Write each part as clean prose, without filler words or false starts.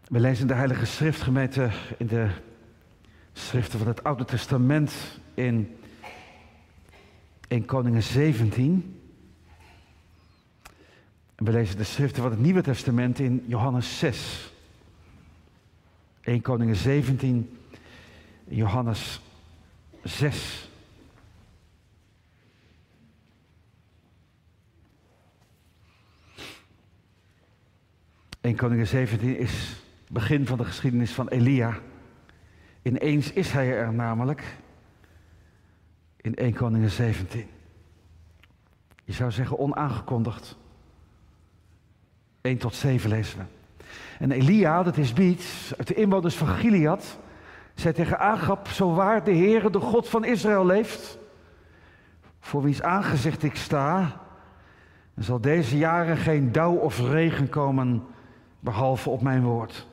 We lezen de Heilige Schrift, gemeente, in de schriften van het Oude Testament in 1 Koningen 17. En we lezen de schriften van het Nieuwe Testament in Johannes 6. 1 Koningen 17, Johannes 6. In Koningen 17 is het begin van de geschiedenis van Elia. Ineens is hij er namelijk in 1 Koningen 17. Je zou zeggen onaangekondigd. 1 tot 7 lezen we. En Elia, dat is Biet, uit de inwoners van Gilead, zei tegen Agab: zo waar de Heere, de God van Israël leeft, voor wiens aangezicht ik sta, er zal deze jaren geen dauw of regen komen, behalve op mijn woord.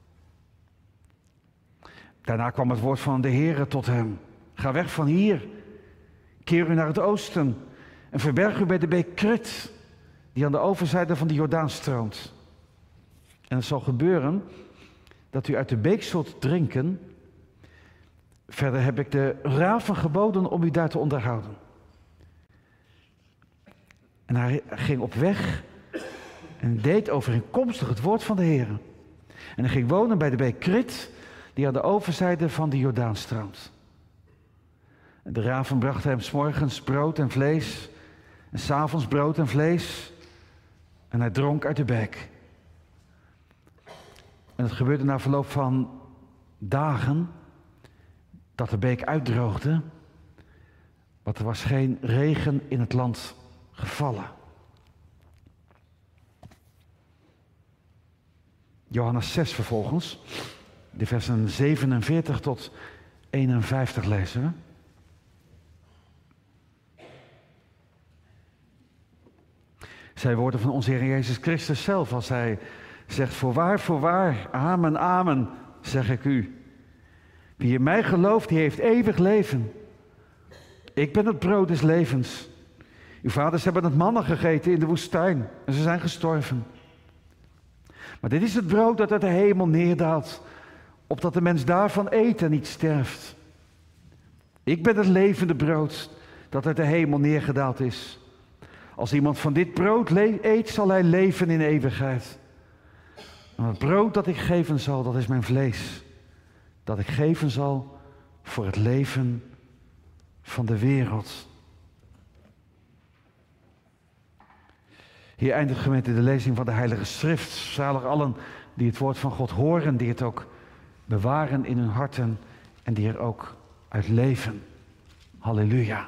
Daarna kwam het woord van de Heere tot hem: ga weg van hier, keer u naar het oosten en verberg u bij de beek Krit, die aan de overzijde van de Jordaan stroomt. En het zal gebeuren dat u uit de beek zult drinken. Verder heb ik de raven geboden om u daar te onderhouden. En hij ging op weg en deed overeenkomstig het woord van de Heer. En hij ging wonen bij de beek Krit, die aan de overzijde van de Jordaan stroomt. En de raven brachten hem 's morgens brood en vlees, en 's avonds brood en vlees. En hij dronk uit de beek. En het gebeurde na verloop van dagen dat de beek uitdroogde, want er was geen regen in het land gevallen. Johannes 6 vervolgens, de versen 47 tot 51 lezen we. Zij woorden van onze Heer Jezus Christus zelf, als hij zegt: voorwaar, amen, amen, zeg ik u. Wie in mij gelooft, die heeft eeuwig leven. Ik ben het brood des levens. Uw vaders hebben het manna gegeten in de woestijn en ze zijn gestorven. Maar dit is het brood dat uit de hemel neerdaalt, opdat de mens daarvan eet en niet sterft. Ik ben het levende brood dat uit de hemel neergedaald is. Als iemand van dit brood eet, zal hij leven in eeuwigheid. En het brood dat ik geven zal, dat is mijn vlees, dat ik geven zal voor het leven van de wereld. Hier eindigt, gemeente, de lezing van de Heilige Schrift. Zalig allen die het woord van God horen, die het ook bewaren in hun harten en die er ook uit leven. Halleluja.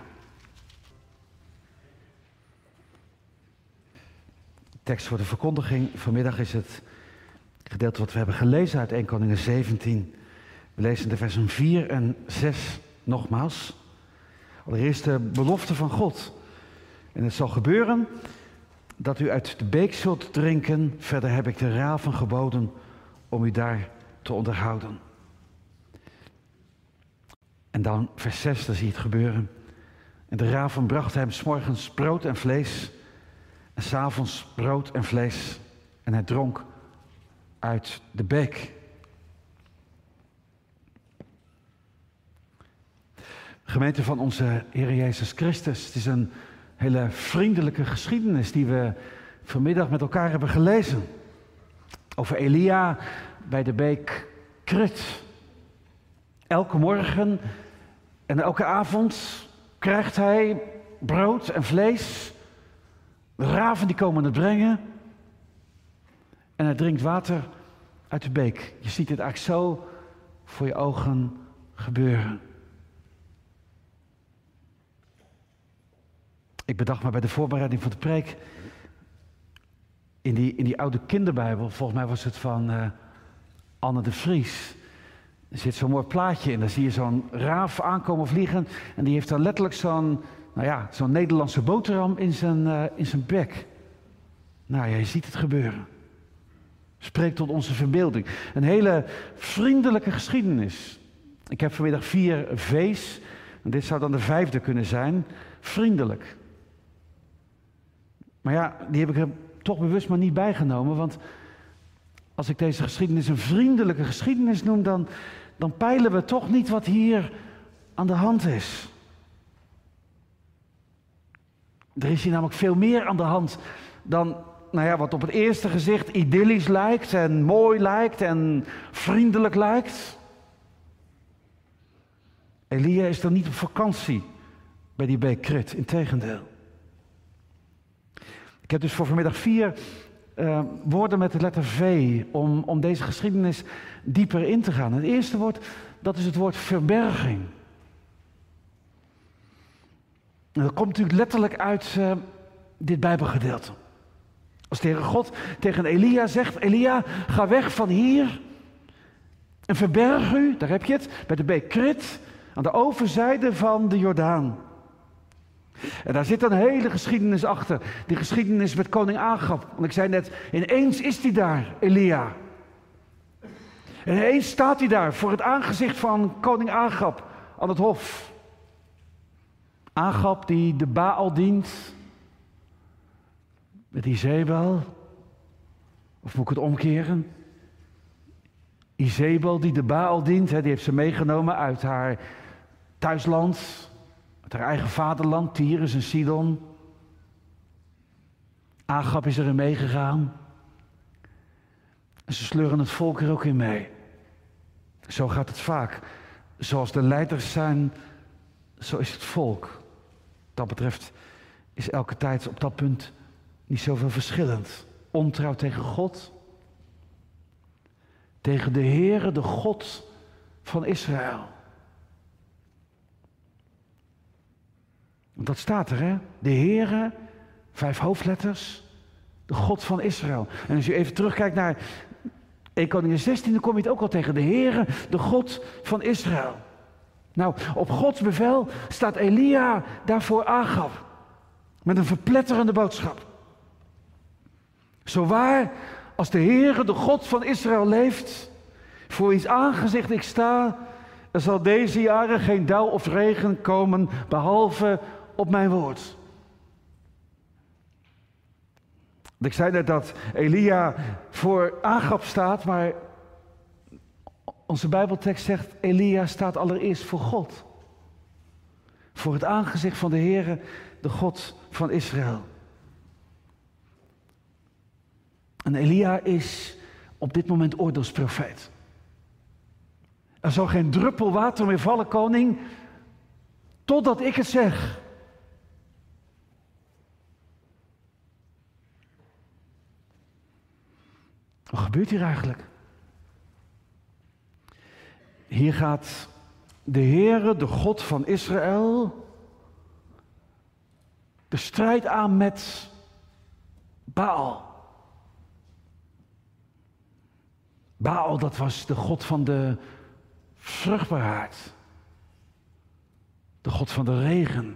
Tekst voor de verkondiging vanmiddag is het gedeelte wat we hebben gelezen uit 1 Koningen 17. We lezen de versen 4 en 6 nogmaals. Allereerst de belofte van God. En het zal gebeuren dat u uit de beek zult drinken. Verder heb ik de raven geboden om u daar te onderhouden. En dan vers 6, daar zie je het gebeuren. En de raven brachten hem 's morgens brood en vlees, en 's avonds brood en vlees. En hij dronk uit de beek. Gemeente van onze Heer Jezus Christus. Het is een hele vriendelijke geschiedenis die we vanmiddag met elkaar hebben gelezen. Over Elia bij de beek Krit. Elke morgen en elke avond krijgt hij brood en vlees. De raven die komen het brengen. En hij drinkt water uit de beek. Je ziet het eigenlijk zo voor je ogen gebeuren. Ik bedacht me bij de voorbereiding van de preek, in die oude kinderbijbel, volgens mij was het van Anne de Vries, er zit zo'n mooi plaatje in. Daar zie je zo'n raaf aankomen vliegen en die heeft dan letterlijk zo'n Nederlandse boterham in zijn bek. Nou ja, je ziet het gebeuren. Spreekt tot onze verbeelding. Een hele vriendelijke geschiedenis. Ik heb vanmiddag 4 V's. En dit zou dan de 5e kunnen zijn. Vriendelijk. Maar ja, die heb ik er toch bewust maar niet bijgenomen. Want als ik deze geschiedenis een vriendelijke geschiedenis noem, dan peilen we toch niet wat hier aan de hand is. Er is hier namelijk veel meer aan de hand dan wat op het eerste gezicht idyllisch lijkt en mooi lijkt en vriendelijk lijkt. Elia is dan niet op vakantie bij die beek Krit, integendeel. Ik heb dus voor vanmiddag 4 woorden met de letter V om deze geschiedenis dieper in te gaan. Het eerste woord, dat is het woord verberging. En dat komt natuurlijk letterlijk uit dit Bijbelgedeelte. Als de Heere God tegen Elia zegt, Elia, ga weg van hier en verberg u, daar heb je het, bij de beek Krit, aan de overzijde van de Jordaan. En daar zit een hele geschiedenis achter. Die geschiedenis met koning Agab. Want ik zei net, ineens is hij daar, Elia. En ineens staat hij daar voor het aangezicht van koning Agab aan het hof. Agab die de Baal dient. Met Izebel. Of moet ik het omkeren? Izebel die de Baal dient, die heeft ze meegenomen uit haar thuisland. Uit haar eigen vaderland, Tyrus en Sidon. Agab is erin meegegaan. En ze sleuren het volk er ook in mee. Zo gaat het vaak. Zoals de leiders zijn, zo is het volk. Wat dat betreft is elke tijd op dat punt niet zoveel verschillend. Ontrouw tegen God. Tegen de Heere, de God van Israël. Want dat staat er, hè? De Heere, 5 hoofdletters, de God van Israël. En als je even terugkijkt naar 1 Koningen 16, dan kom je het ook al tegen. De Heere, de God van Israël. Nou, op Gods bevel staat Elia daar voor Agab. Met een verpletterende boodschap. Zo waar als de Heere, de God van Israël leeft, voor wiens aangezicht ik sta, er zal deze jaren geen dauw of regen komen, behalve op mijn woord. Ik zei net dat Elia voor Agab staat, maar onze Bijbeltekst zegt, Elia staat allereerst voor God. Voor het aangezicht van de Heere, de God van Israël. En Elia is op dit moment oordeelsprofeet. Er zal geen druppel water meer vallen, koning, totdat ik het zeg. Wat gebeurt hier eigenlijk? Hier gaat de Heere, de God van Israël, de strijd aan met Baal. Baal, dat was de God van de vruchtbaarheid. De God van de regen.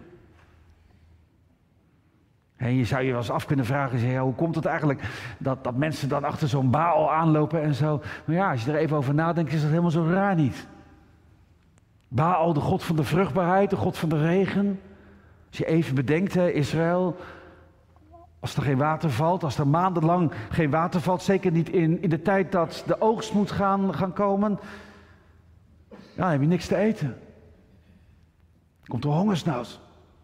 En je zou je wel eens af kunnen vragen, hoe komt het eigenlijk dat mensen dan achter zo'n Baal aanlopen en zo. Maar ja, als je er even over nadenkt, is dat helemaal zo raar niet. Baal, de God van de vruchtbaarheid, de God van de regen. Als je even bedenkt, Israël, als er geen water valt, als er maandenlang geen water valt, zeker niet in de tijd dat de oogst moet gaan komen, ja, dan heb je niks te eten. Komt er hongersnood.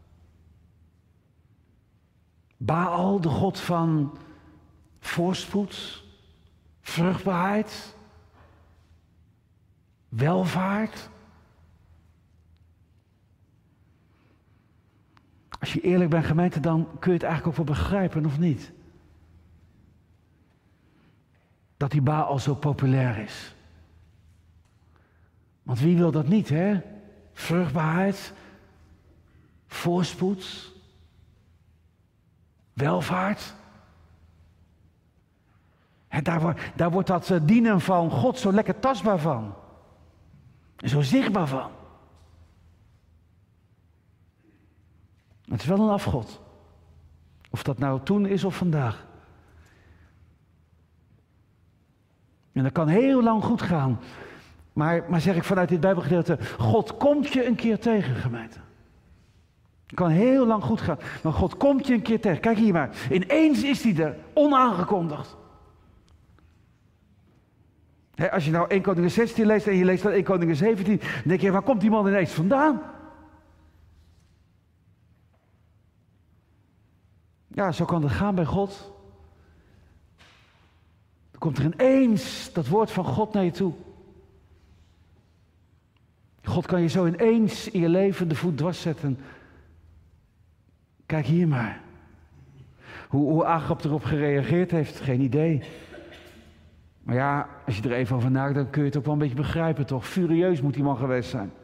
Baal, de God van voorspoed, vruchtbaarheid, welvaart. Als je eerlijk bent, gemeente, dan kun je het eigenlijk ook wel begrijpen, of niet? Dat die Baal zo populair is. Want wie wil dat niet, hè? Vruchtbaarheid, voorspoed, welvaart. En daar wordt dat dienen van God zo lekker tastbaar van. En zo zichtbaar van. Het is wel een afgod. Of dat nou toen is of vandaag. En dat kan heel lang goed gaan. Maar zeg ik vanuit dit Bijbelgedeelte, God komt je een keer tegen, gemeente. Het kan heel lang goed gaan, maar God komt je een keer tegen. Kijk hier maar, ineens is hij er, onaangekondigd. Als je nou 1 Koningen 16 leest en je leest dan 1 Koningen 17, dan denk je, waar komt die man ineens vandaan? Ja, zo kan het gaan bij God. Dan komt er ineens dat woord van God naar je toe. God kan je zo ineens in je leven de voet dwars zetten. Kijk hier maar. Hoe Agab erop gereageerd heeft, geen idee. Maar ja, als je er even over nadenkt, dan kun je het ook wel een beetje begrijpen, toch? Furieus moet die man geweest zijn.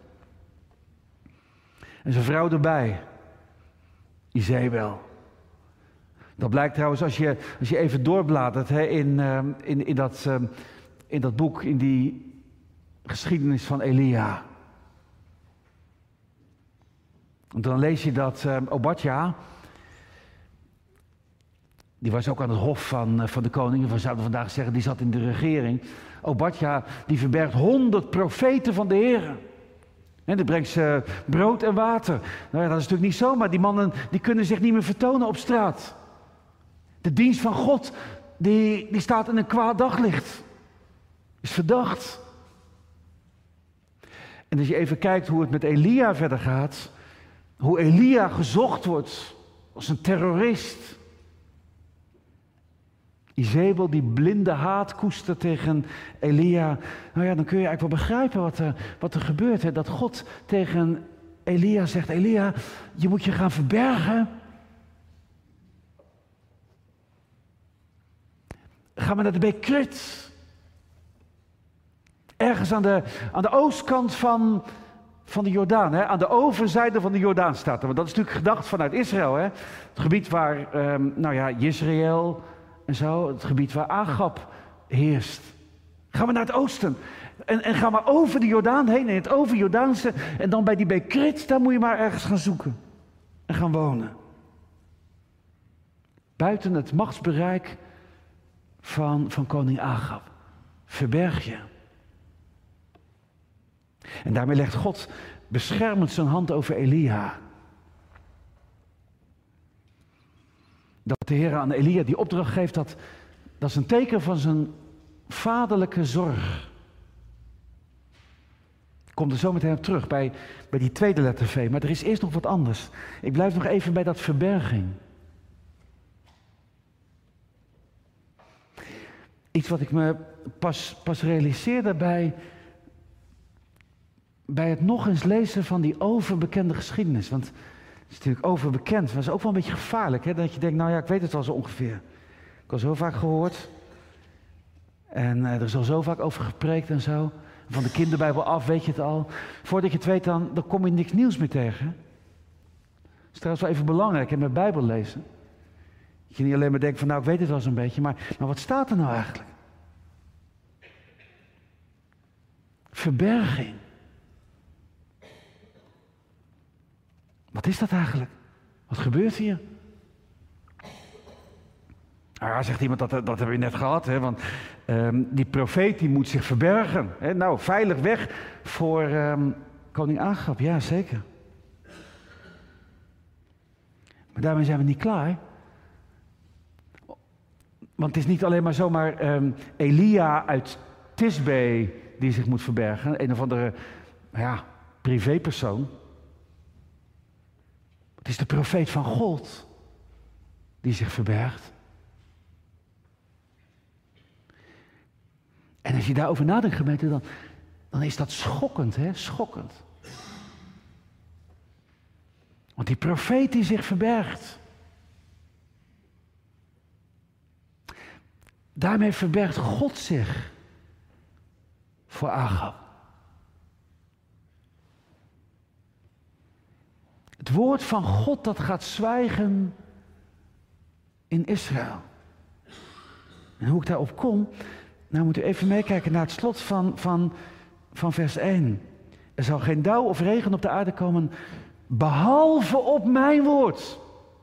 En zijn vrouw erbij. Izebel. Dat blijkt trouwens als je even doorbladert in dat boek, in die geschiedenis van Elia. Want dan lees je dat Obadja, die was ook aan het hof van de koning, we zouden vandaag zeggen, die zat in de regering. Obadja, die verbergt 100 profeten van de Heer. En die brengt ze brood en water. Nou ja, dat is natuurlijk niet zo, maar die mannen die kunnen zich niet meer vertonen op straat. De dienst van God, die staat in een kwaad daglicht. Is verdacht. En als je even kijkt hoe het met Elia verder gaat, hoe Elia gezocht wordt als een terrorist. Izebel die blinde haat koestert tegen Elia. Nou ja, dan kun je eigenlijk wel begrijpen wat er gebeurt. Hè? Dat God tegen Elia zegt, Elia, je moet je gaan verbergen. Ga maar naar de beek Krit. Ergens aan de oostkant van de Jordaan. Hè? Aan de overzijde van de Jordaan staat er. Want dat is natuurlijk gedacht vanuit Israël. Hè? Het gebied waar, Jezreel en zo. Het gebied waar Agab heerst. Ga maar naar het oosten. En ga maar over de Jordaan heen. In het overjordaanse. En dan bij die beek Krit, daar moet je maar ergens gaan zoeken. En gaan wonen. Buiten het machtsbereik van koning Agab. Verberg je. En daarmee legt God beschermend zijn hand over Elia. Dat de Heer aan Elia die opdracht geeft, dat is een teken van zijn vaderlijke zorg. Ik kom er zo meteen op terug bij die tweede letter V. Maar er is eerst nog wat anders. Ik blijf nog even bij dat verberging. Iets wat ik me pas realiseerde bij het nog eens lezen van die overbekende geschiedenis. Want het is natuurlijk overbekend, maar het is ook wel een beetje gevaarlijk. Hè? Dat je denkt, nou ja, ik weet het al zo ongeveer. Ik heb al zo vaak gehoord. En er is al zo vaak over gepreekt en zo. Van de kinderbijbel af weet je het al. Voordat je het weet, dan kom je niks nieuws meer tegen. Dat is trouwens wel even belangrijk in mijn Bijbel lezen. Dat je niet alleen maar denkt van, nou ik weet het wel zo'n beetje. Maar wat staat er nou eigenlijk? Verberging. Wat is dat eigenlijk? Wat gebeurt hier? Nou ja, zegt iemand, dat hebben we net gehad. Hè? Want die profeet die moet zich verbergen. Hè? Nou, veilig weg voor koning Agab. Ja, zeker. Maar daarmee zijn we niet klaar. Want het is niet alleen maar zomaar Elia uit Tisbe die zich moet verbergen. Een of andere privépersoon. Het is de profeet van God die zich verbergt. En als je daarover nadenkt, gemeente, dan is dat schokkend, hè? Schokkend. Want die profeet die zich verbergt. Daarmee verbergt God zich voor Agab. Het woord van God dat gaat zwijgen in Israël. En hoe ik daarop kom, nou moet u even meekijken naar het slot van vers 1. Er zal geen dauw of regen op de aarde komen, behalve op mijn woord.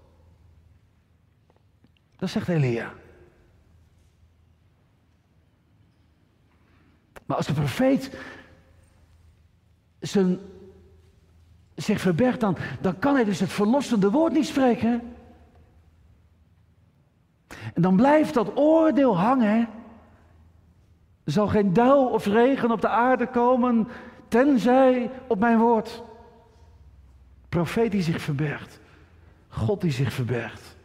Dat zegt Elia. Maar als de profeet zich verbergt, dan kan hij dus het verlossende woord niet spreken. En dan blijft dat oordeel hangen Er zal geen dauw of regen op de aarde komen, tenzij op mijn woord. Profeet die zich verbergt. God die zich verbergt.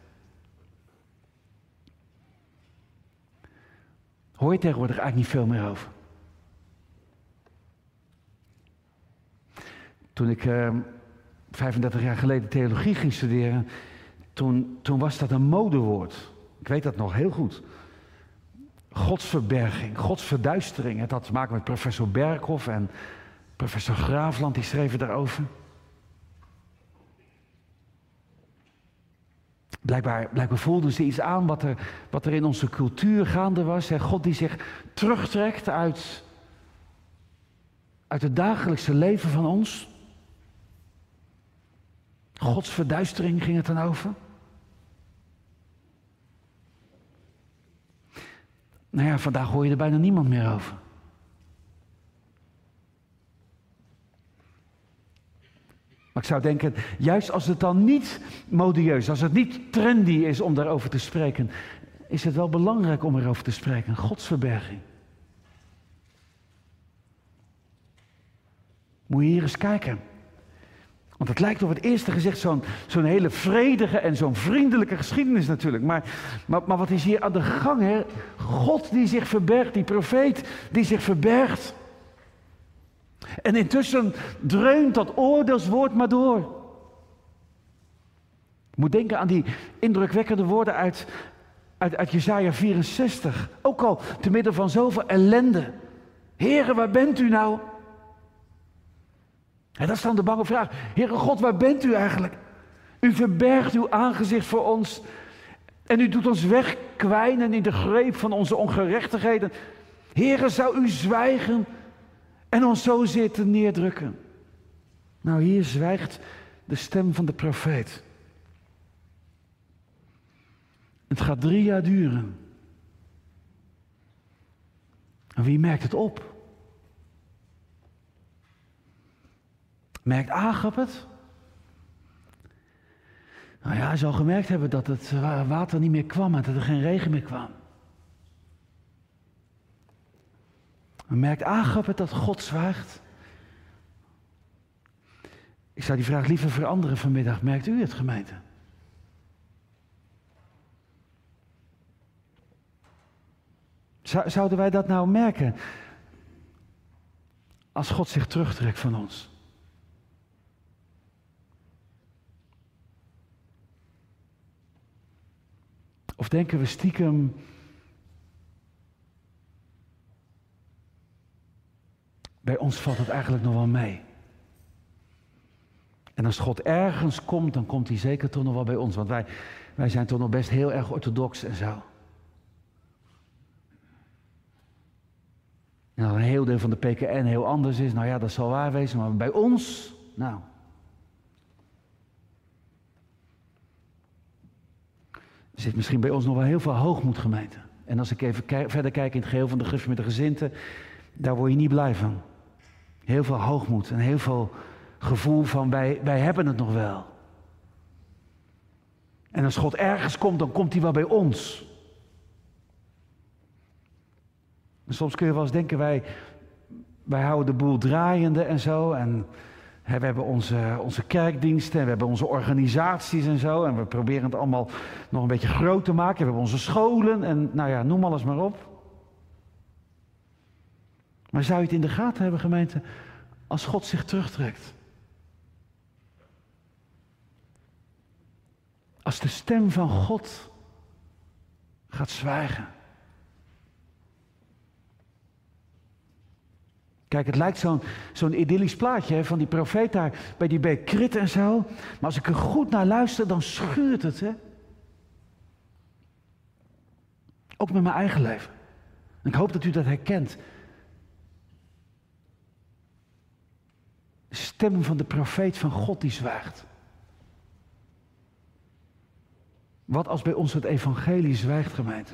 Hoor je tegenwoordig eigenlijk niet veel meer over. Toen ik 35 jaar geleden theologie ging studeren, toen was dat een modewoord. Ik weet dat nog heel goed. Godsverberging, godsverduistering. Het had te maken met professor Berkhoff en professor Graafland, die schreven daarover. Blijkbaar voelden ze iets aan wat er in onze cultuur gaande was. Hè? God die zich terugtrekt uit het dagelijkse leven van ons. Gods verduistering ging het dan over. Nou ja, vandaag hoor je er bijna niemand meer over. Maar ik zou denken, juist als het dan niet modieus, als het niet trendy is om daarover te spreken, is het wel belangrijk om erover te spreken. Godsverberging. Moet je hier eens kijken. Want het lijkt op het eerste gezicht zo'n hele vredige en zo'n vriendelijke geschiedenis natuurlijk. Maar wat is hier aan de gang, hè? God die zich verbergt, die profeet die zich verbergt. En intussen dreunt dat oordeelswoord maar door. Ik moet denken aan die indrukwekkende woorden uit Jesaja 64. Ook al te midden van zoveel ellende. Heere, waar bent u nou? En dat is dan de bange vraag. Heere God, waar bent u eigenlijk? U verbergt uw aangezicht voor ons. En u doet ons wegkwijnen in de greep van onze ongerechtigheden. Heere, zou u zwijgen en ons zo zitten neerdrukken? Nou, hier zwijgt de stem van de profeet. Het gaat 3 jaar duren. En wie merkt het op? Merkt Agab het? Nou ja, hij zal gemerkt hebben dat het water niet meer kwam en dat er geen regen meer kwam. Maar merkt Agab het dat God zwijgt? Ik zou die vraag liever veranderen vanmiddag. Merkt u het, gemeente? Zouden wij dat nou merken als God zich terugtrekt van ons? Of denken we stiekem, bij ons valt het eigenlijk nog wel mee. En als God ergens komt, dan komt hij zeker toch nog wel bij ons. Want wij zijn toch nog best heel erg orthodox en zo. En als een heel deel van de PKN heel anders is, nou ja, dat zal waar wezen. Maar bij ons, nou. Er zit misschien bij ons nog wel heel veel hoogmoed, gemeente. En als ik even verder kijk in het geheel van de gereformeerde gezinten, daar word je niet blij van. Heel veel hoogmoed en heel veel gevoel van wij hebben het nog wel. En als God ergens komt, dan komt hij wel bij ons. En soms kun je wel eens denken, wij houden de boel draaiende en zo. En we hebben onze kerkdiensten en we hebben onze organisaties en zo. En we proberen het allemaal nog een beetje groot te maken. We hebben onze scholen en nou ja, noem alles maar op. Maar zou je het in de gaten hebben, gemeente, als God zich terugtrekt? Als de stem van God gaat zwijgen. Kijk, het lijkt zo'n idyllisch plaatje hè, van die profeet daar bij die beek Krit en zo. Maar als ik er goed naar luister, dan schuurt het. Hè? Ook met mijn eigen leven. En ik hoop dat u dat herkent. De stem van de profeet van God die zwijgt. Wat als bij ons het evangelie zwijgt, gemeente?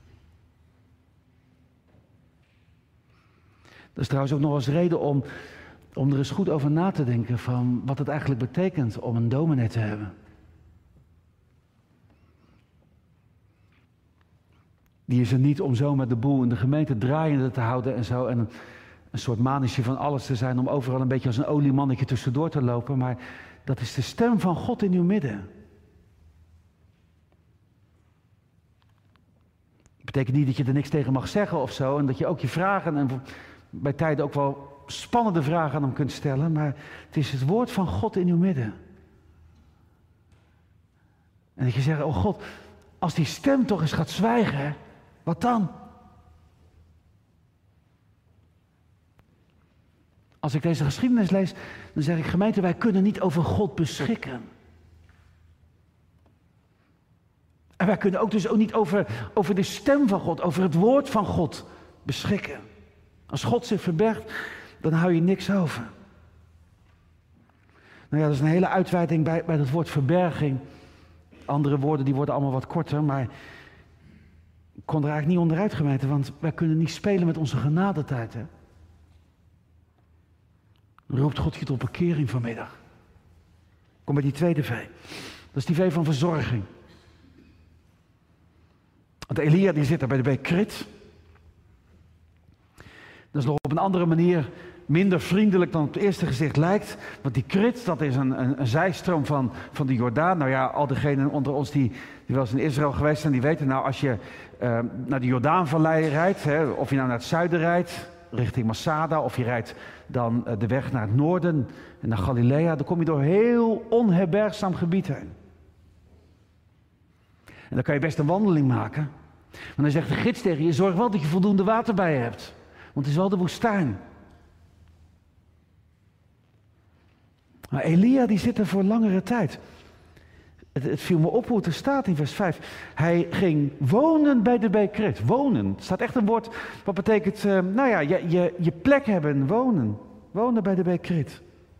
Dat is trouwens ook nog eens reden om er eens goed over na te denken van wat het eigenlijk betekent om een dominee te hebben. Die is er niet om zomaar de boel in de gemeente draaiende te houden en zo. En een soort manisje van alles te zijn om overal een beetje als een oliemannetje tussendoor te lopen. Maar dat is de stem van God in uw midden. Dat betekent niet dat je er niks tegen mag zeggen of zo. En dat je ook je vragen en bij tijden ook wel spannende vragen aan hem kunt stellen. Maar het is het woord van God in uw midden. En dat je zegt, oh God, als die stem toch eens gaat zwijgen, wat dan? Als ik deze geschiedenis lees, dan zeg ik, gemeente, wij kunnen niet over God beschikken. En wij kunnen ook dus ook niet over de stem van God, over het woord van God beschikken. Als God zich verbergt, dan hou je niks over. Nou ja, dat is een hele uitweiding bij dat woord verberging. Andere woorden die worden allemaal wat korter, maar ik kon er eigenlijk niet onderuit, gemeente, want wij kunnen niet spelen met onze genadetijd. Hè? Dan roept God je tot bekering vanmiddag. Kom bij die tweede V. Dat is die V van verzorging. Want Elia die zit daar bij de beek Krit. Dat is nog op een andere manier minder vriendelijk dan op het eerste gezicht lijkt. Want die Krit, dat is een zijstroom van de Jordaan. Nou ja, al diegenen onder ons die wel eens in Israël geweest zijn, die weten nou, als je naar de Jordaanvallei rijdt, hè, of je nou naar het zuiden rijdt, richting Masada, of je rijdt dan de weg naar het noorden en naar Galilea, dan kom je door heel onherbergzaam gebied heen. En dan kan je best een wandeling maken. Maar dan zegt de gids tegen je, zorg wel dat je voldoende water bij je hebt. Want het is wel de woestijn. Maar Elia die zit er voor langere tijd. Het viel me op hoe het er staat in vers 5. Hij ging wonen bij de beek Krit. Wonen. Er staat echt een woord wat betekent, je plek hebben, wonen. Wonen bij de beek Krit.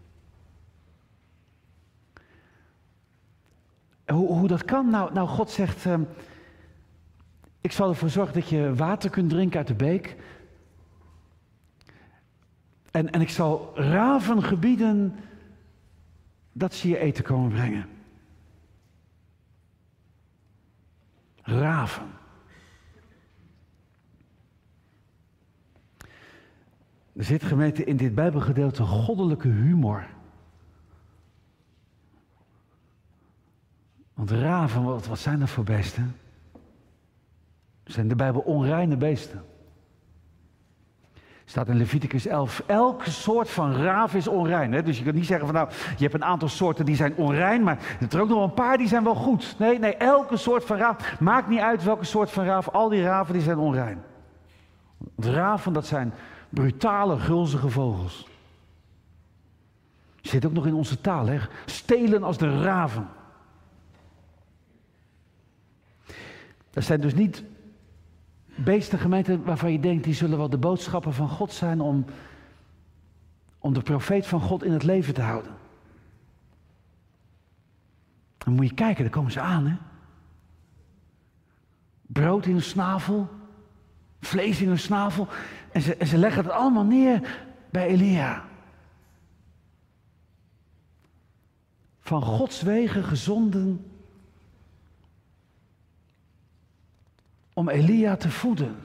Hoe dat kan? Nou, God zegt, ik zal ervoor zorgen dat je water kunt drinken uit de beek. En ik zal raven gebieden dat ze je eten komen brengen. Raven. Er zit, gemeente, in dit Bijbelgedeelte goddelijke humor. Want raven, wat zijn dat voor beesten? Zijn de Bijbel onreine beesten? Staat in Leviticus 11, elke soort van raaf is onrein. Hè? Dus je kunt niet zeggen van nou, je hebt een aantal soorten die zijn onrein, maar er zijn er ook nog een paar die zijn wel goed. Nee, elke soort van raaf, maakt niet uit welke soort van raaf, al die raven die zijn onrein. De raven, dat zijn brutale, gulzige vogels. Zit ook nog in onze taal, hè? Stelen als de raven. Dat zijn dus niet beesten, gemeente, waarvan je denkt, die zullen wel de boodschappen van God zijn om de profeet van God in het leven te houden. Dan moet je kijken, daar komen ze aan, hè. Brood in hun snavel, vlees in hun snavel. En ze leggen het allemaal neer bij Elia. Van Gods wegen gezonden om Elia te voeden.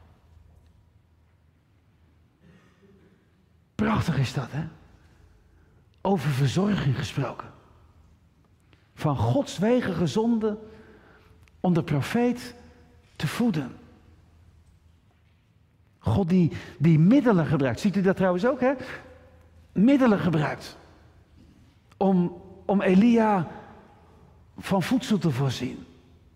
Prachtig is dat, hè? Over verzorging gesproken. Van Gods wegen gezonden om de profeet te voeden. God die middelen gebruikt. Ziet u dat trouwens ook, hè? Middelen gebruikt. Om Elia van voedsel te voorzien.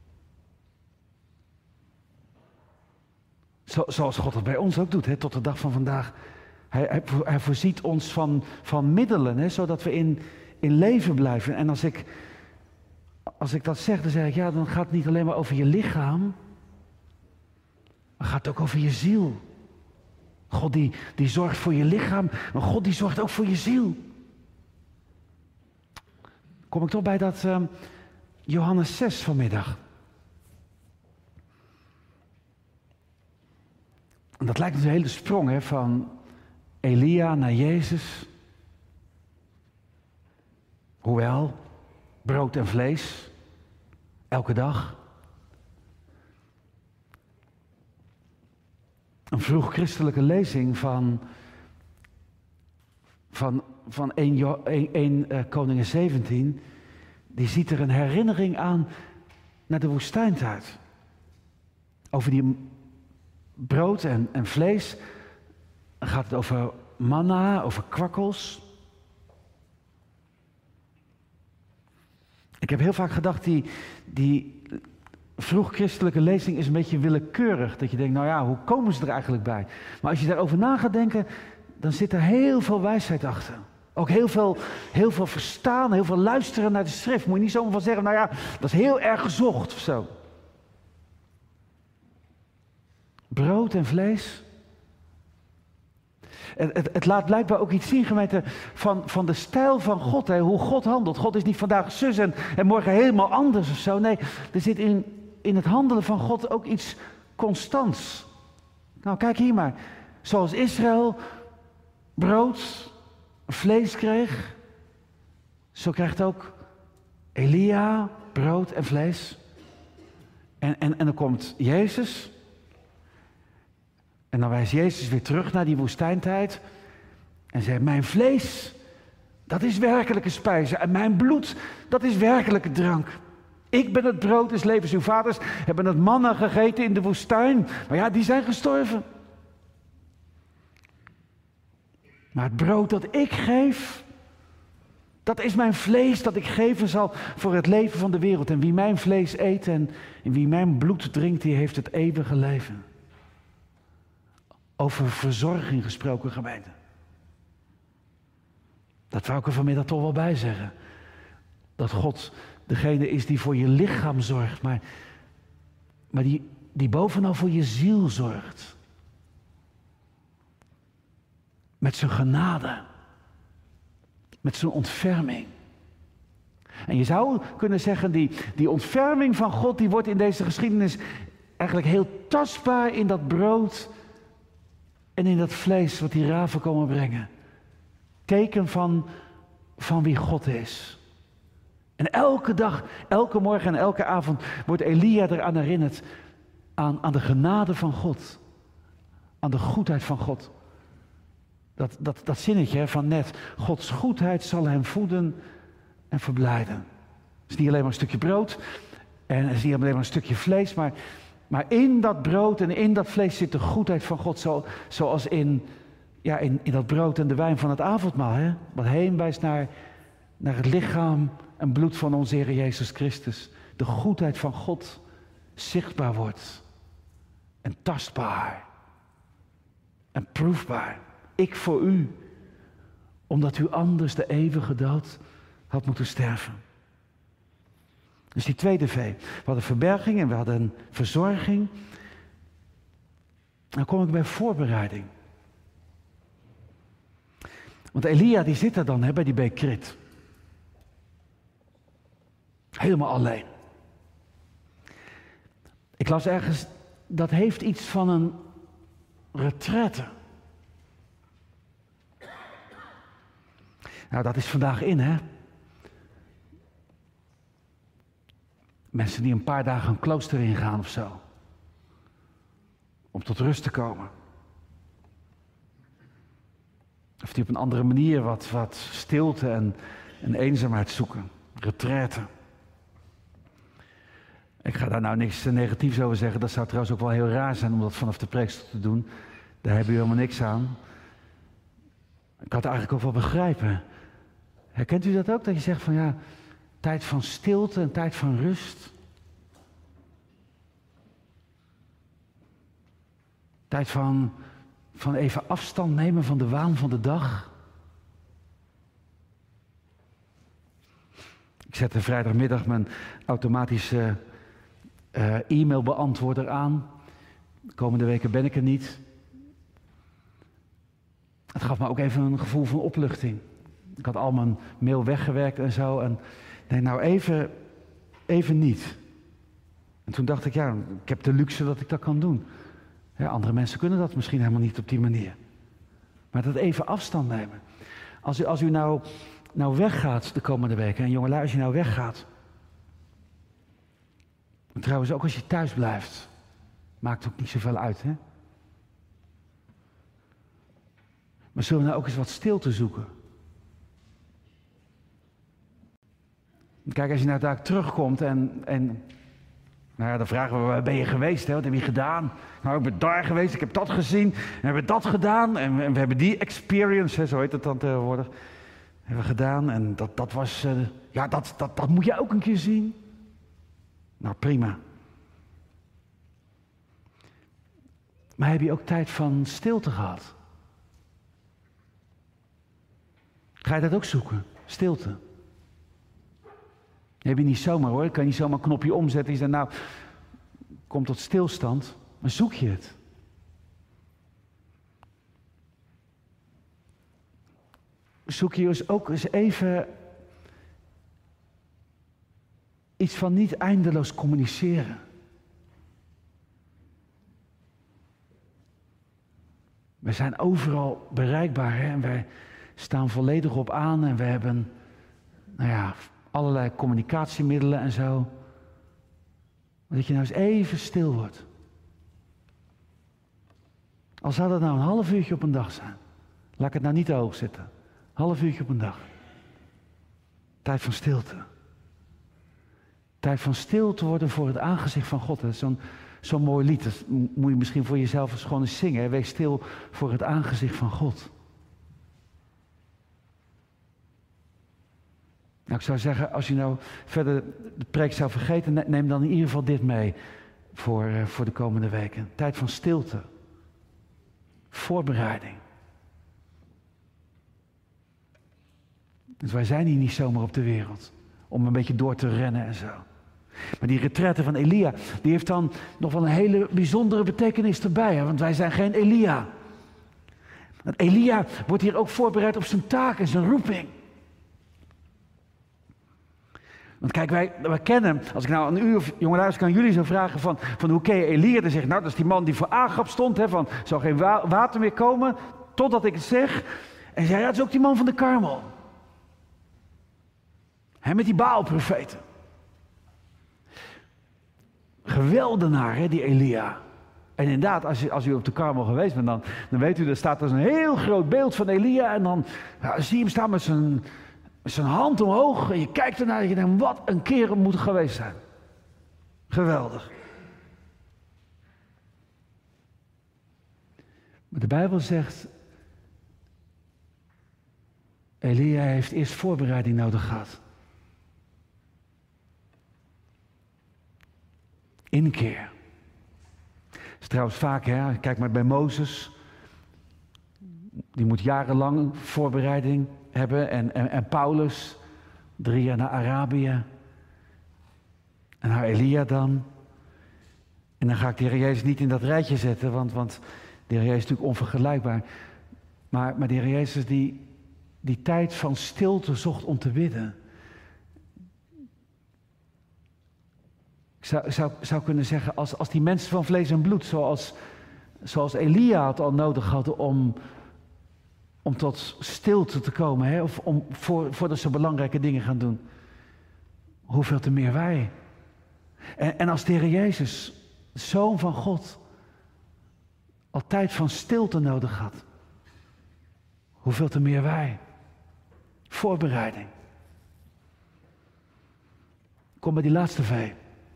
Zoals God het bij ons ook doet, hè, tot de dag van vandaag. Hij voorziet ons van middelen, hè, zodat we in leven blijven. En als ik dat zeg, dan zeg ik, ja, dan gaat het niet alleen maar over je lichaam. Maar gaat het ook over je ziel. God die zorgt voor je lichaam, maar God die zorgt ook voor je ziel. Kom ik toch bij dat Johannes 6 vanmiddag. En dat lijkt een hele sprong, hè, van Elia naar Jezus. Hoewel, brood en vlees, elke dag. een vroeg christelijke lezing van 1 Koningen 17, die ziet er een herinnering aan naar de woestijntijd. Over die brood en vlees. Dan gaat het over manna, over kwakkels. Ik heb heel vaak gedacht, die vroeg christelijke lezing is een beetje willekeurig. Dat je denkt, nou ja, hoe komen ze er eigenlijk bij? Maar als je daarover na gaat denken, dan zit er heel veel wijsheid achter. Ook heel veel verstaan, heel veel luisteren naar de schrift. Moet je niet zomaar van zeggen, nou ja, dat is heel erg gezocht of zo. Brood en vlees. Het laat blijkbaar ook iets zien, gemeente, van de stijl van God. Hè, hoe God handelt. God is niet vandaag zus en morgen helemaal anders of zo. Nee, er zit in het handelen van God ook iets constants. Nou, kijk hier maar. Zoals Israël brood, vlees kreeg, zo krijgt ook Elia brood en vlees. En dan komt Jezus. En dan wijst Jezus weer terug naar die woestijntijd. En zegt, mijn vlees, dat is werkelijke spijze. En mijn bloed, dat is werkelijke drank. Ik ben het brood des levens. Uw vaders hebben het manna gegeten in de woestijn. Maar ja, die zijn gestorven. Maar het brood dat ik geef, dat is mijn vlees dat ik geven zal voor het leven van de wereld. En wie mijn vlees eet en wie mijn bloed drinkt, die heeft het eeuwige leven. Over verzorging gesproken, gemeente. Dat wou ik er vanmiddag toch wel bij zeggen. Dat God degene is die voor je lichaam zorgt, maar die bovenal voor je ziel zorgt. Met zijn genade. Met zijn ontferming. En je zou kunnen zeggen, die ontferming van God, die wordt in deze geschiedenis eigenlijk heel tastbaar in dat brood en in dat vlees wat die raven komen brengen. Teken van wie God is. En elke dag, elke morgen en elke avond wordt Elia eraan herinnerd aan de genade van God. Aan de goedheid van God. Dat zinnetje van net. Gods goedheid zal hem voeden en verblijden. Het is niet alleen maar een stukje brood. En het is niet alleen maar een stukje vlees. Maar in dat brood en in dat vlees zit de goedheid van God. Zoals in dat brood en de wijn van het avondmaal. Hè? Wat heen wijst naar het lichaam en bloed van onze Heer Jezus Christus. De goedheid van God zichtbaar wordt. En tastbaar. En proefbaar. Ik voor u. Omdat u anders de eeuwige dood had moeten sterven. Dus die tweede V. We hadden verberging en we hadden verzorging. Dan kom ik bij voorbereiding. Want Elia die zit er dan bij die beek Krit. Helemaal alleen. Ik las ergens, dat heeft iets van een retraite. Nou, dat is vandaag in, hè. Mensen die een paar dagen een klooster ingaan of zo. Om tot rust te komen. Of die op een andere manier wat stilte en eenzaamheid zoeken. Retraite. Ik ga daar nou niks negatiefs over zeggen. Dat zou trouwens ook wel heel raar zijn om dat vanaf de preekstoel te doen. Daar hebben we helemaal niks aan. Ik had het eigenlijk ook wel begrijpen. Herkent u dat ook? Dat je zegt van ja, tijd van stilte en tijd van rust. Tijd van even afstand nemen van de waan van de dag. Ik zette vrijdagmiddag mijn automatische e-mailbeantwoorder aan. De komende weken ben ik er niet. Het gaf me ook even een gevoel van opluchting. Ik had al mijn mail weggewerkt en zo. En nee, nou even niet. En toen dacht ik, ja, ik heb de luxe dat ik dat kan doen. Ja, andere mensen kunnen dat misschien helemaal niet op die manier. Maar dat even afstand nemen. Als u nou weggaat de komende weken. En jongelui, als je nou weggaat. En trouwens ook als je thuis blijft. Maakt ook niet zoveel uit, hè. Maar zullen we nou ook eens wat stilte zoeken? Kijk, als je nou daar terugkomt en nou ja, dan vragen we, waar ben je geweest? Hè? Wat heb je gedaan? Nou, ik ben daar geweest, ik heb dat gezien, we hebben dat gedaan en we hebben die experience, hè, zo heet het dan tegenwoordig, hebben we gedaan en dat was, ja, dat moet je ook een keer zien. Nou, prima. Maar heb je ook tijd van stilte gehad? Ga je dat ook zoeken? Stilte. Heb je niet zomaar hoor, kan je niet zomaar een knopje omzetten en je zegt nou, kom tot stilstand, maar zoek je het. Zoek je dus ook eens even iets van niet eindeloos communiceren. We zijn overal bereikbaar hè? En wij staan volledig op aan en we hebben, nou ja, allerlei communicatiemiddelen en zo. Maar dat je nou eens even stil wordt. Al zou dat nou een half uurtje op een dag zijn. Laat ik het nou niet te hoog zetten. Half uurtje op een dag. Tijd van stilte. Tijd van stil te worden voor het aangezicht van God. Dat is zo'n mooi lied. Dat moet je misschien voor jezelf eens gewoon eens zingen. Hè? Wees stil voor het aangezicht van God. Nou, ik zou zeggen, als je nou verder de preek zou vergeten, neem dan in ieder geval dit mee voor de komende weken. Tijd van stilte. Voorbereiding. Dus wij zijn hier niet zomaar op de wereld om een beetje door te rennen en zo. Maar die retraite van Elia, die heeft dan nog wel een hele bijzondere betekenis erbij. Hè? Want wij zijn geen Elia. Want Elia wordt hier ook voorbereid op zijn taak en zijn roeping. Want kijk, wij kennen, als ik nou aan u of jongelui kan jullie zo vragen van hoe ken je Elia? Dan zeg ik, nou dat is die man die voor Agab stond, hè, van zal geen water meer komen, totdat ik het zeg. En zei, ja, dat is ook die man van de Karmel. Hè, met die Baal-profeten. Geweldenaar, hè, die Elia. En inderdaad, als u op de Karmel geweest bent, dan weet u, er staat dus een heel groot beeld van Elia. En dan zie je hem staan met zijn hand omhoog. En je kijkt ernaar en je denkt, wat een kerel moet het geweest zijn. Geweldig. Maar de Bijbel zegt, Elia heeft eerst voorbereiding nodig gehad. Inkeer. Dat is trouwens vaak, hè, kijk maar bij Mozes. Die moet jarenlang voorbereiding hebben. En Paulus, 3 jaar naar Arabië. En naar Elia dan. En dan ga ik de Heer Jezus niet in dat rijtje zetten, want de Heer Jezus is natuurlijk onvergelijkbaar. Maar de Heer Jezus die tijd van stilte zocht om te bidden. Ik zou kunnen zeggen, als die mensen van vlees en bloed, zoals Elia het al nodig hadden om tot stilte te komen, hè, of voordat ze belangrijke dingen gaan doen. Hoeveel te meer wij. En als de Heer Jezus, de Zoon van God, al tijd van stilte nodig had. Hoeveel te meer wij. Voorbereiding. Kom bij die laatste V.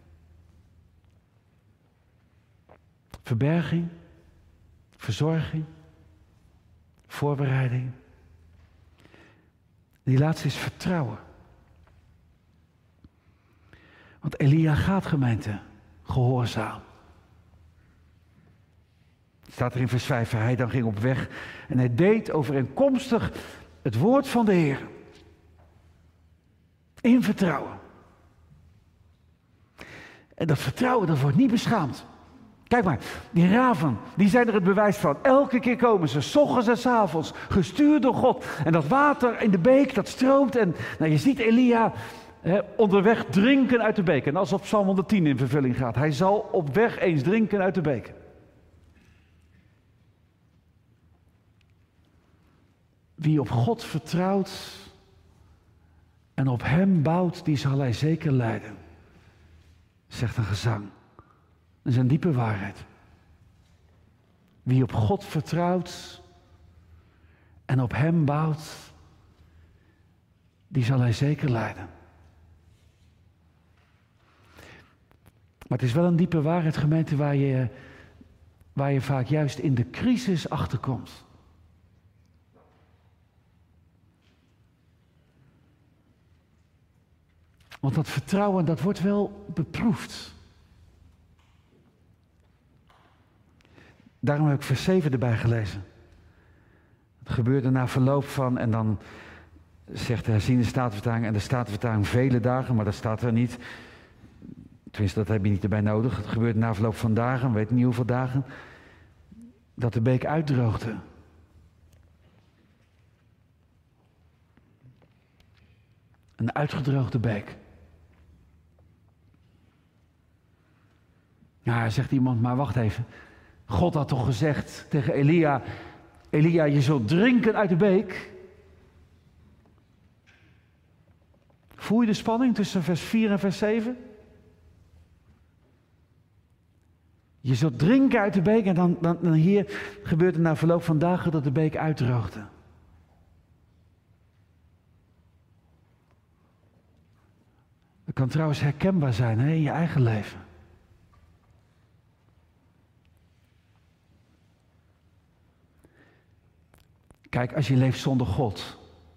Verberging, verzorging, voorbereiding. Die laatste is vertrouwen. Want Elia gaat, gemeente, gehoorzaam. Staat er in vers 5, hij dan ging op weg en hij deed overeenkomstig het woord van de Heer. In vertrouwen. En dat vertrouwen, dat wordt niet beschaamd. Kijk maar, die raven, die zijn er het bewijs van. Elke keer komen ze, 's ochtends en 's avonds, gestuurd door God. En dat water in de beek, dat stroomt. En nou, je ziet Elia onderweg drinken uit de beek. En als op Psalm 110 in vervulling gaat. Hij zal op weg eens drinken uit de beek. Wie op God vertrouwt en op hem bouwt, die zal hij zeker leiden. Zegt een gezang. Dat is een diepe waarheid. Wie op God vertrouwt en op hem bouwt, die zal hij zeker leiden. Maar het is wel een diepe waarheid, gemeente, waar je vaak juist in de crisis achterkomt. Want dat vertrouwen, dat wordt wel beproefd. Daarom heb ik vers 7 erbij gelezen. Het gebeurde na verloop van, en dan zegt de herziende Statenvertaling en de Statenvertaling vele dagen, maar dat staat er niet. Tenminste, dat heb je niet erbij nodig. Het gebeurde na verloop van dagen, weet niet hoeveel dagen, dat de beek uitdroogde. Een uitgedroogde beek. Nou, zegt iemand, maar wacht even. God had toch gezegd tegen Elia, Elia, je zult drinken uit de beek. Voel je de spanning tussen vers 4 en vers 7? Je zult drinken uit de beek en dan hier gebeurt het na verloop van dagen dat de beek uitdroogde. Dat kan trouwens herkenbaar zijn in je eigen leven. Kijk, als je leeft zonder God,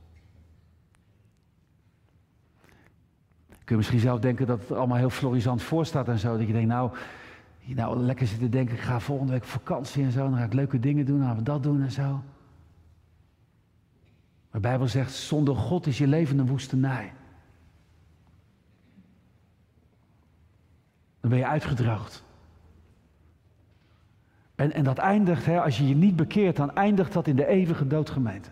kun je misschien zelf denken dat het er allemaal heel florisant voor staat en zo. Dat je denkt, nou lekker zitten denken, ik ga volgende week op vakantie en zo. Dan ga ik leuke dingen doen, dan gaan we dat doen en zo. Maar de Bijbel zegt, zonder God is je leven een woestenij. Dan ben je uitgedroogd. En dat eindigt, als je je niet bekeert, dan eindigt dat in de eeuwige dood, gemeente.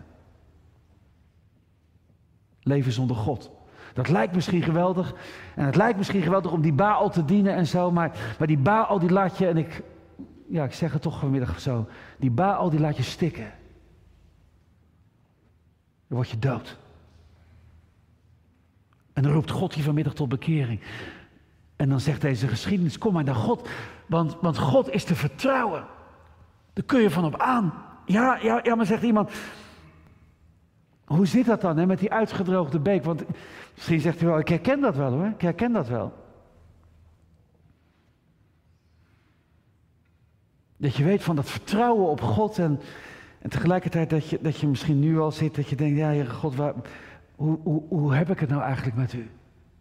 Leven zonder God. Dat lijkt misschien geweldig. En het lijkt misschien geweldig om die Baal te dienen en zo. Maar die Baal die laat je, en ik zeg het toch vanmiddag zo. Die Baal die laat je stikken. Dan word je dood. En dan roept God je vanmiddag tot bekering. En dan zegt deze geschiedenis, kom maar naar God. Want God is te vertrouwen. Daar kun je van op aan. Ja, maar zegt iemand, hoe zit dat dan met die uitgedroogde beek? Want misschien zegt u wel, ik herken dat wel hoor, ik herken dat wel. Dat je weet van dat vertrouwen op God en tegelijkertijd dat je misschien nu al zit, dat je denkt, ja Heere God, hoe heb ik het nou eigenlijk met u?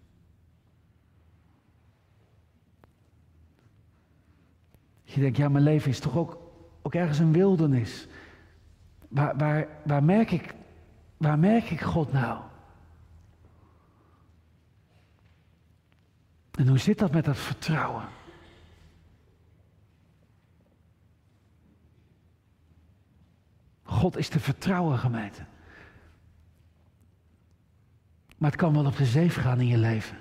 Je denkt, ja, mijn leven is toch ook ergens een wildernis. Waar merk ik God nou? En hoe zit dat met dat vertrouwen? God is te vertrouwen, gemeente. Maar het kan wel op de zeef gaan in je leven.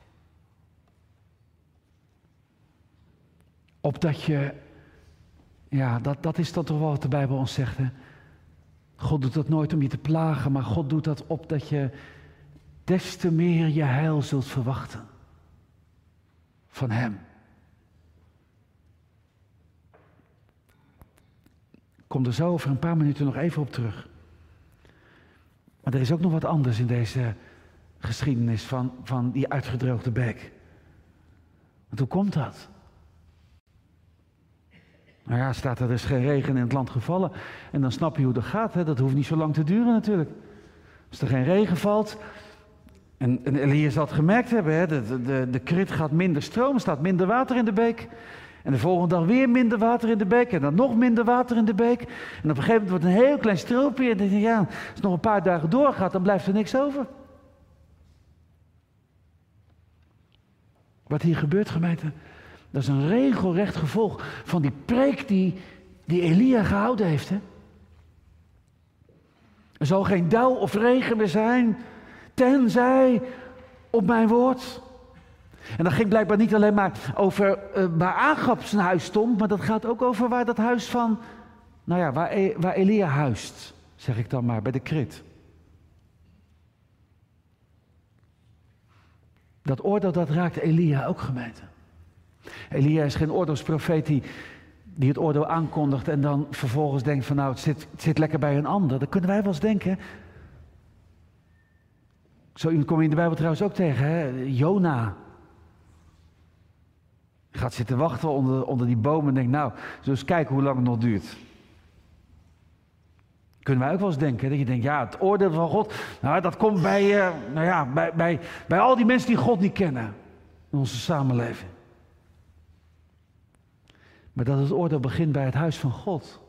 Opdat je, dat is dan toch wel wat de Bijbel ons zegt. Hè? God doet dat nooit om je te plagen, maar God doet dat opdat je des te meer je heil zult verwachten. Van Hem. Ik kom er zo over een paar minuten nog even op terug. Maar er is ook nog wat anders in deze geschiedenis van die uitgedroogde beek. Want hoe komt dat? Nou ja, staat er is geen regen in het land gevallen. En dan snap je hoe dat gaat. Hè? Dat hoeft niet zo lang te duren natuurlijk. Als er geen regen valt. En Elia zal het gemerkt hebben. Hè? De krit gaat minder stromen. Er staat minder water in de beek. En de volgende dag weer minder water in de beek. En dan nog minder water in de beek. En op een gegeven moment wordt het een heel klein stroopje. En dan denk je, als het nog een paar dagen doorgaat, dan blijft er niks over. Wat hier gebeurt, gemeente, dat is een regelrecht gevolg van die preek die Elia gehouden heeft. Hè? Er zal geen dauw of regen meer zijn, tenzij op mijn woord. En dat ging blijkbaar niet alleen maar over waar Agab zijn huis stond, maar dat gaat ook over waar dat huis van, waar Elia huist, zeg ik dan maar, bij de Krit. Dat oordeel, dat raakt Elia ook, gemeente. Elia is geen oordeelsprofeet die het oordeel aankondigt en dan vervolgens denkt van nou, het zit lekker bij een ander. Dan kunnen wij wel eens denken. Zo iemand kom je in de Bijbel trouwens ook tegen, hè? Jona. Gaat zitten wachten onder die boom en denkt nou, zullen we eens kijken hoe lang het nog duurt. Kunnen wij ook wel eens denken, dat je denkt, ja, het oordeel van God, nou, dat komt bij al die mensen die God niet kennen in onze samenleving. Maar dat het oordeel begint bij het huis van God.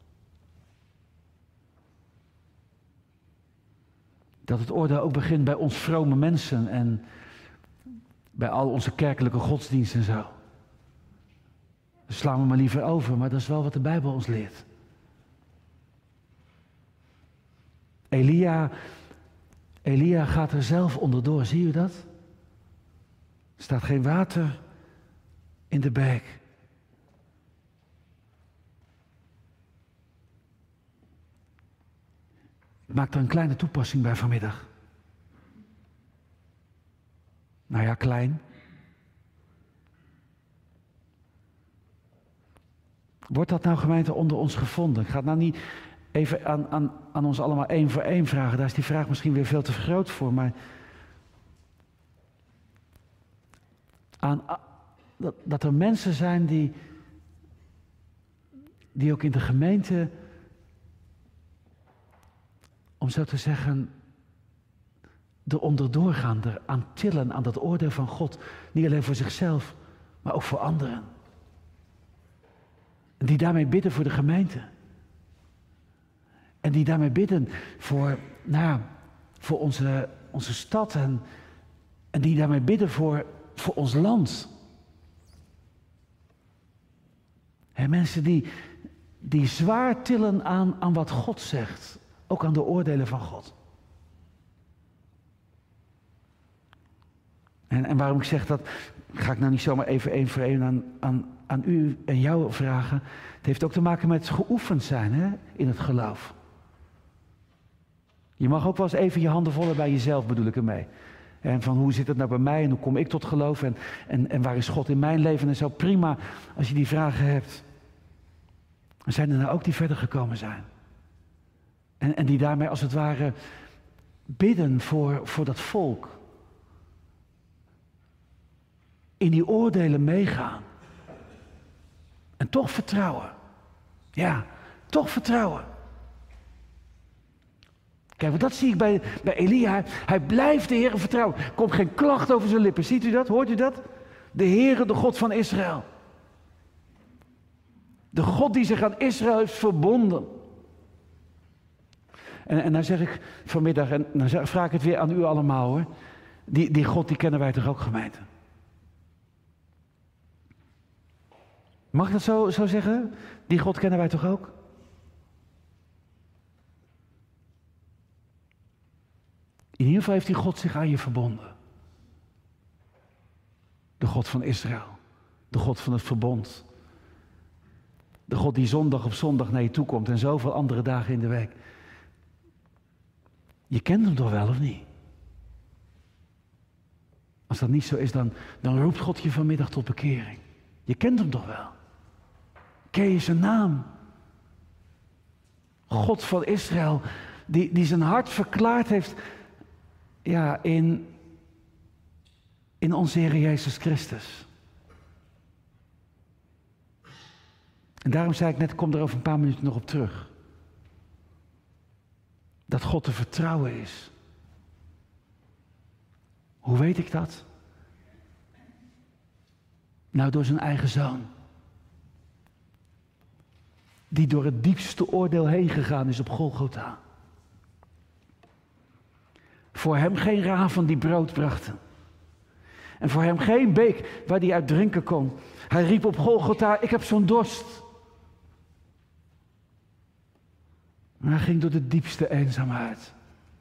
Dat het oordeel ook begint bij ons vrome mensen en bij al onze kerkelijke godsdiensten en zo. Dat slaan we maar liever over, maar dat is wel wat de Bijbel ons leert. Elia gaat er zelf onderdoor, zie je dat? Er staat geen water in de beek. Ik maak er een kleine toepassing bij vanmiddag. Nou ja, klein. Wordt dat nou gemeente onder ons gevonden? Ik ga het nou niet even aan ons allemaal één voor één vragen. Daar is die vraag misschien weer veel te groot voor. Maar dat er mensen zijn die ook in de gemeente, om zo te zeggen, er onderdoor gaan, er aan tillen aan dat oordeel van God. Niet alleen voor zichzelf, maar ook voor anderen. En die daarmee bidden voor de gemeente. En die daarmee bidden voor onze stad. En die daarmee bidden voor ons land. En mensen die zwaar tillen aan wat God zegt. Ook aan de oordelen van God. En waarom ik zeg dat, ga ik nou niet zomaar even één voor één aan u en jou vragen. Het heeft ook te maken met geoefend zijn, hè, in het geloof. Je mag ook wel eens even je handen vollen bij jezelf, bedoel ik ermee. En van hoe zit het nou bij mij en hoe kom ik tot geloof en waar is God in mijn leven en zo. Prima als je die vragen hebt. Er zijn er nou ook die verder gekomen zijn. En die daarmee als het ware bidden voor dat volk. In die oordelen meegaan. En toch vertrouwen. Ja, toch vertrouwen. Kijk, want dat zie ik bij Elia. Hij blijft de Heere vertrouwen. Er komt geen klacht over zijn lippen. Ziet u dat? Hoort u dat? De Heere, de God van Israël. De God die zich aan Israël heeft verbonden. En dan zeg ik vanmiddag, en dan vraag ik het weer aan u allemaal hoor. Die God die kennen wij toch ook, gemeente? Mag ik dat zo zeggen? Die God kennen wij toch ook? In ieder geval heeft die God zich aan je verbonden. De God van Israël. De God van het verbond. De God die zondag op zondag naar je toe komt en zoveel andere dagen in de week. Je kent hem toch wel, of niet? Als dat niet zo is, dan roept God je vanmiddag tot bekering. Je kent hem toch wel? Ken je zijn naam? God van Israël, die zijn hart verklaard heeft, ja, in onze Heer Jezus Christus. En daarom zei ik net, ik kom er over een paar minuten nog op terug. Dat God te vertrouwen is. Hoe weet ik dat? Nou, door zijn eigen zoon. Die door het diepste oordeel heen gegaan is op Golgotha. Voor hem geen raven die brood brachten. En voor hem geen beek waar hij uit drinken kon. Hij riep op Golgotha, ik heb zo'n dorst. Maar hij ging door de diepste eenzaamheid.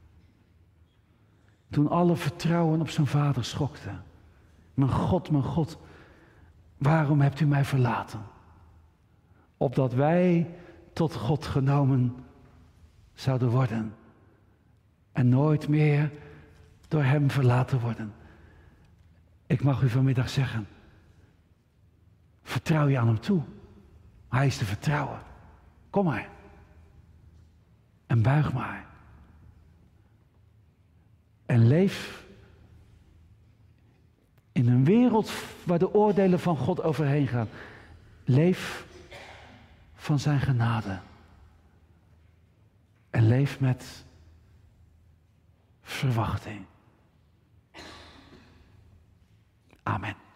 Toen alle vertrouwen op zijn vader schokte. Mijn God, waarom hebt u mij verlaten? Opdat wij tot God genomen zouden worden. En nooit meer door hem verlaten worden. Ik mag u vanmiddag zeggen. Vertrouw je aan hem toe. Hij is te vertrouwen. Kom maar. En buig maar. En leef in een wereld waar de oordelen van God overheen gaan. Leef van zijn genade. En leef met verwachting. Amen.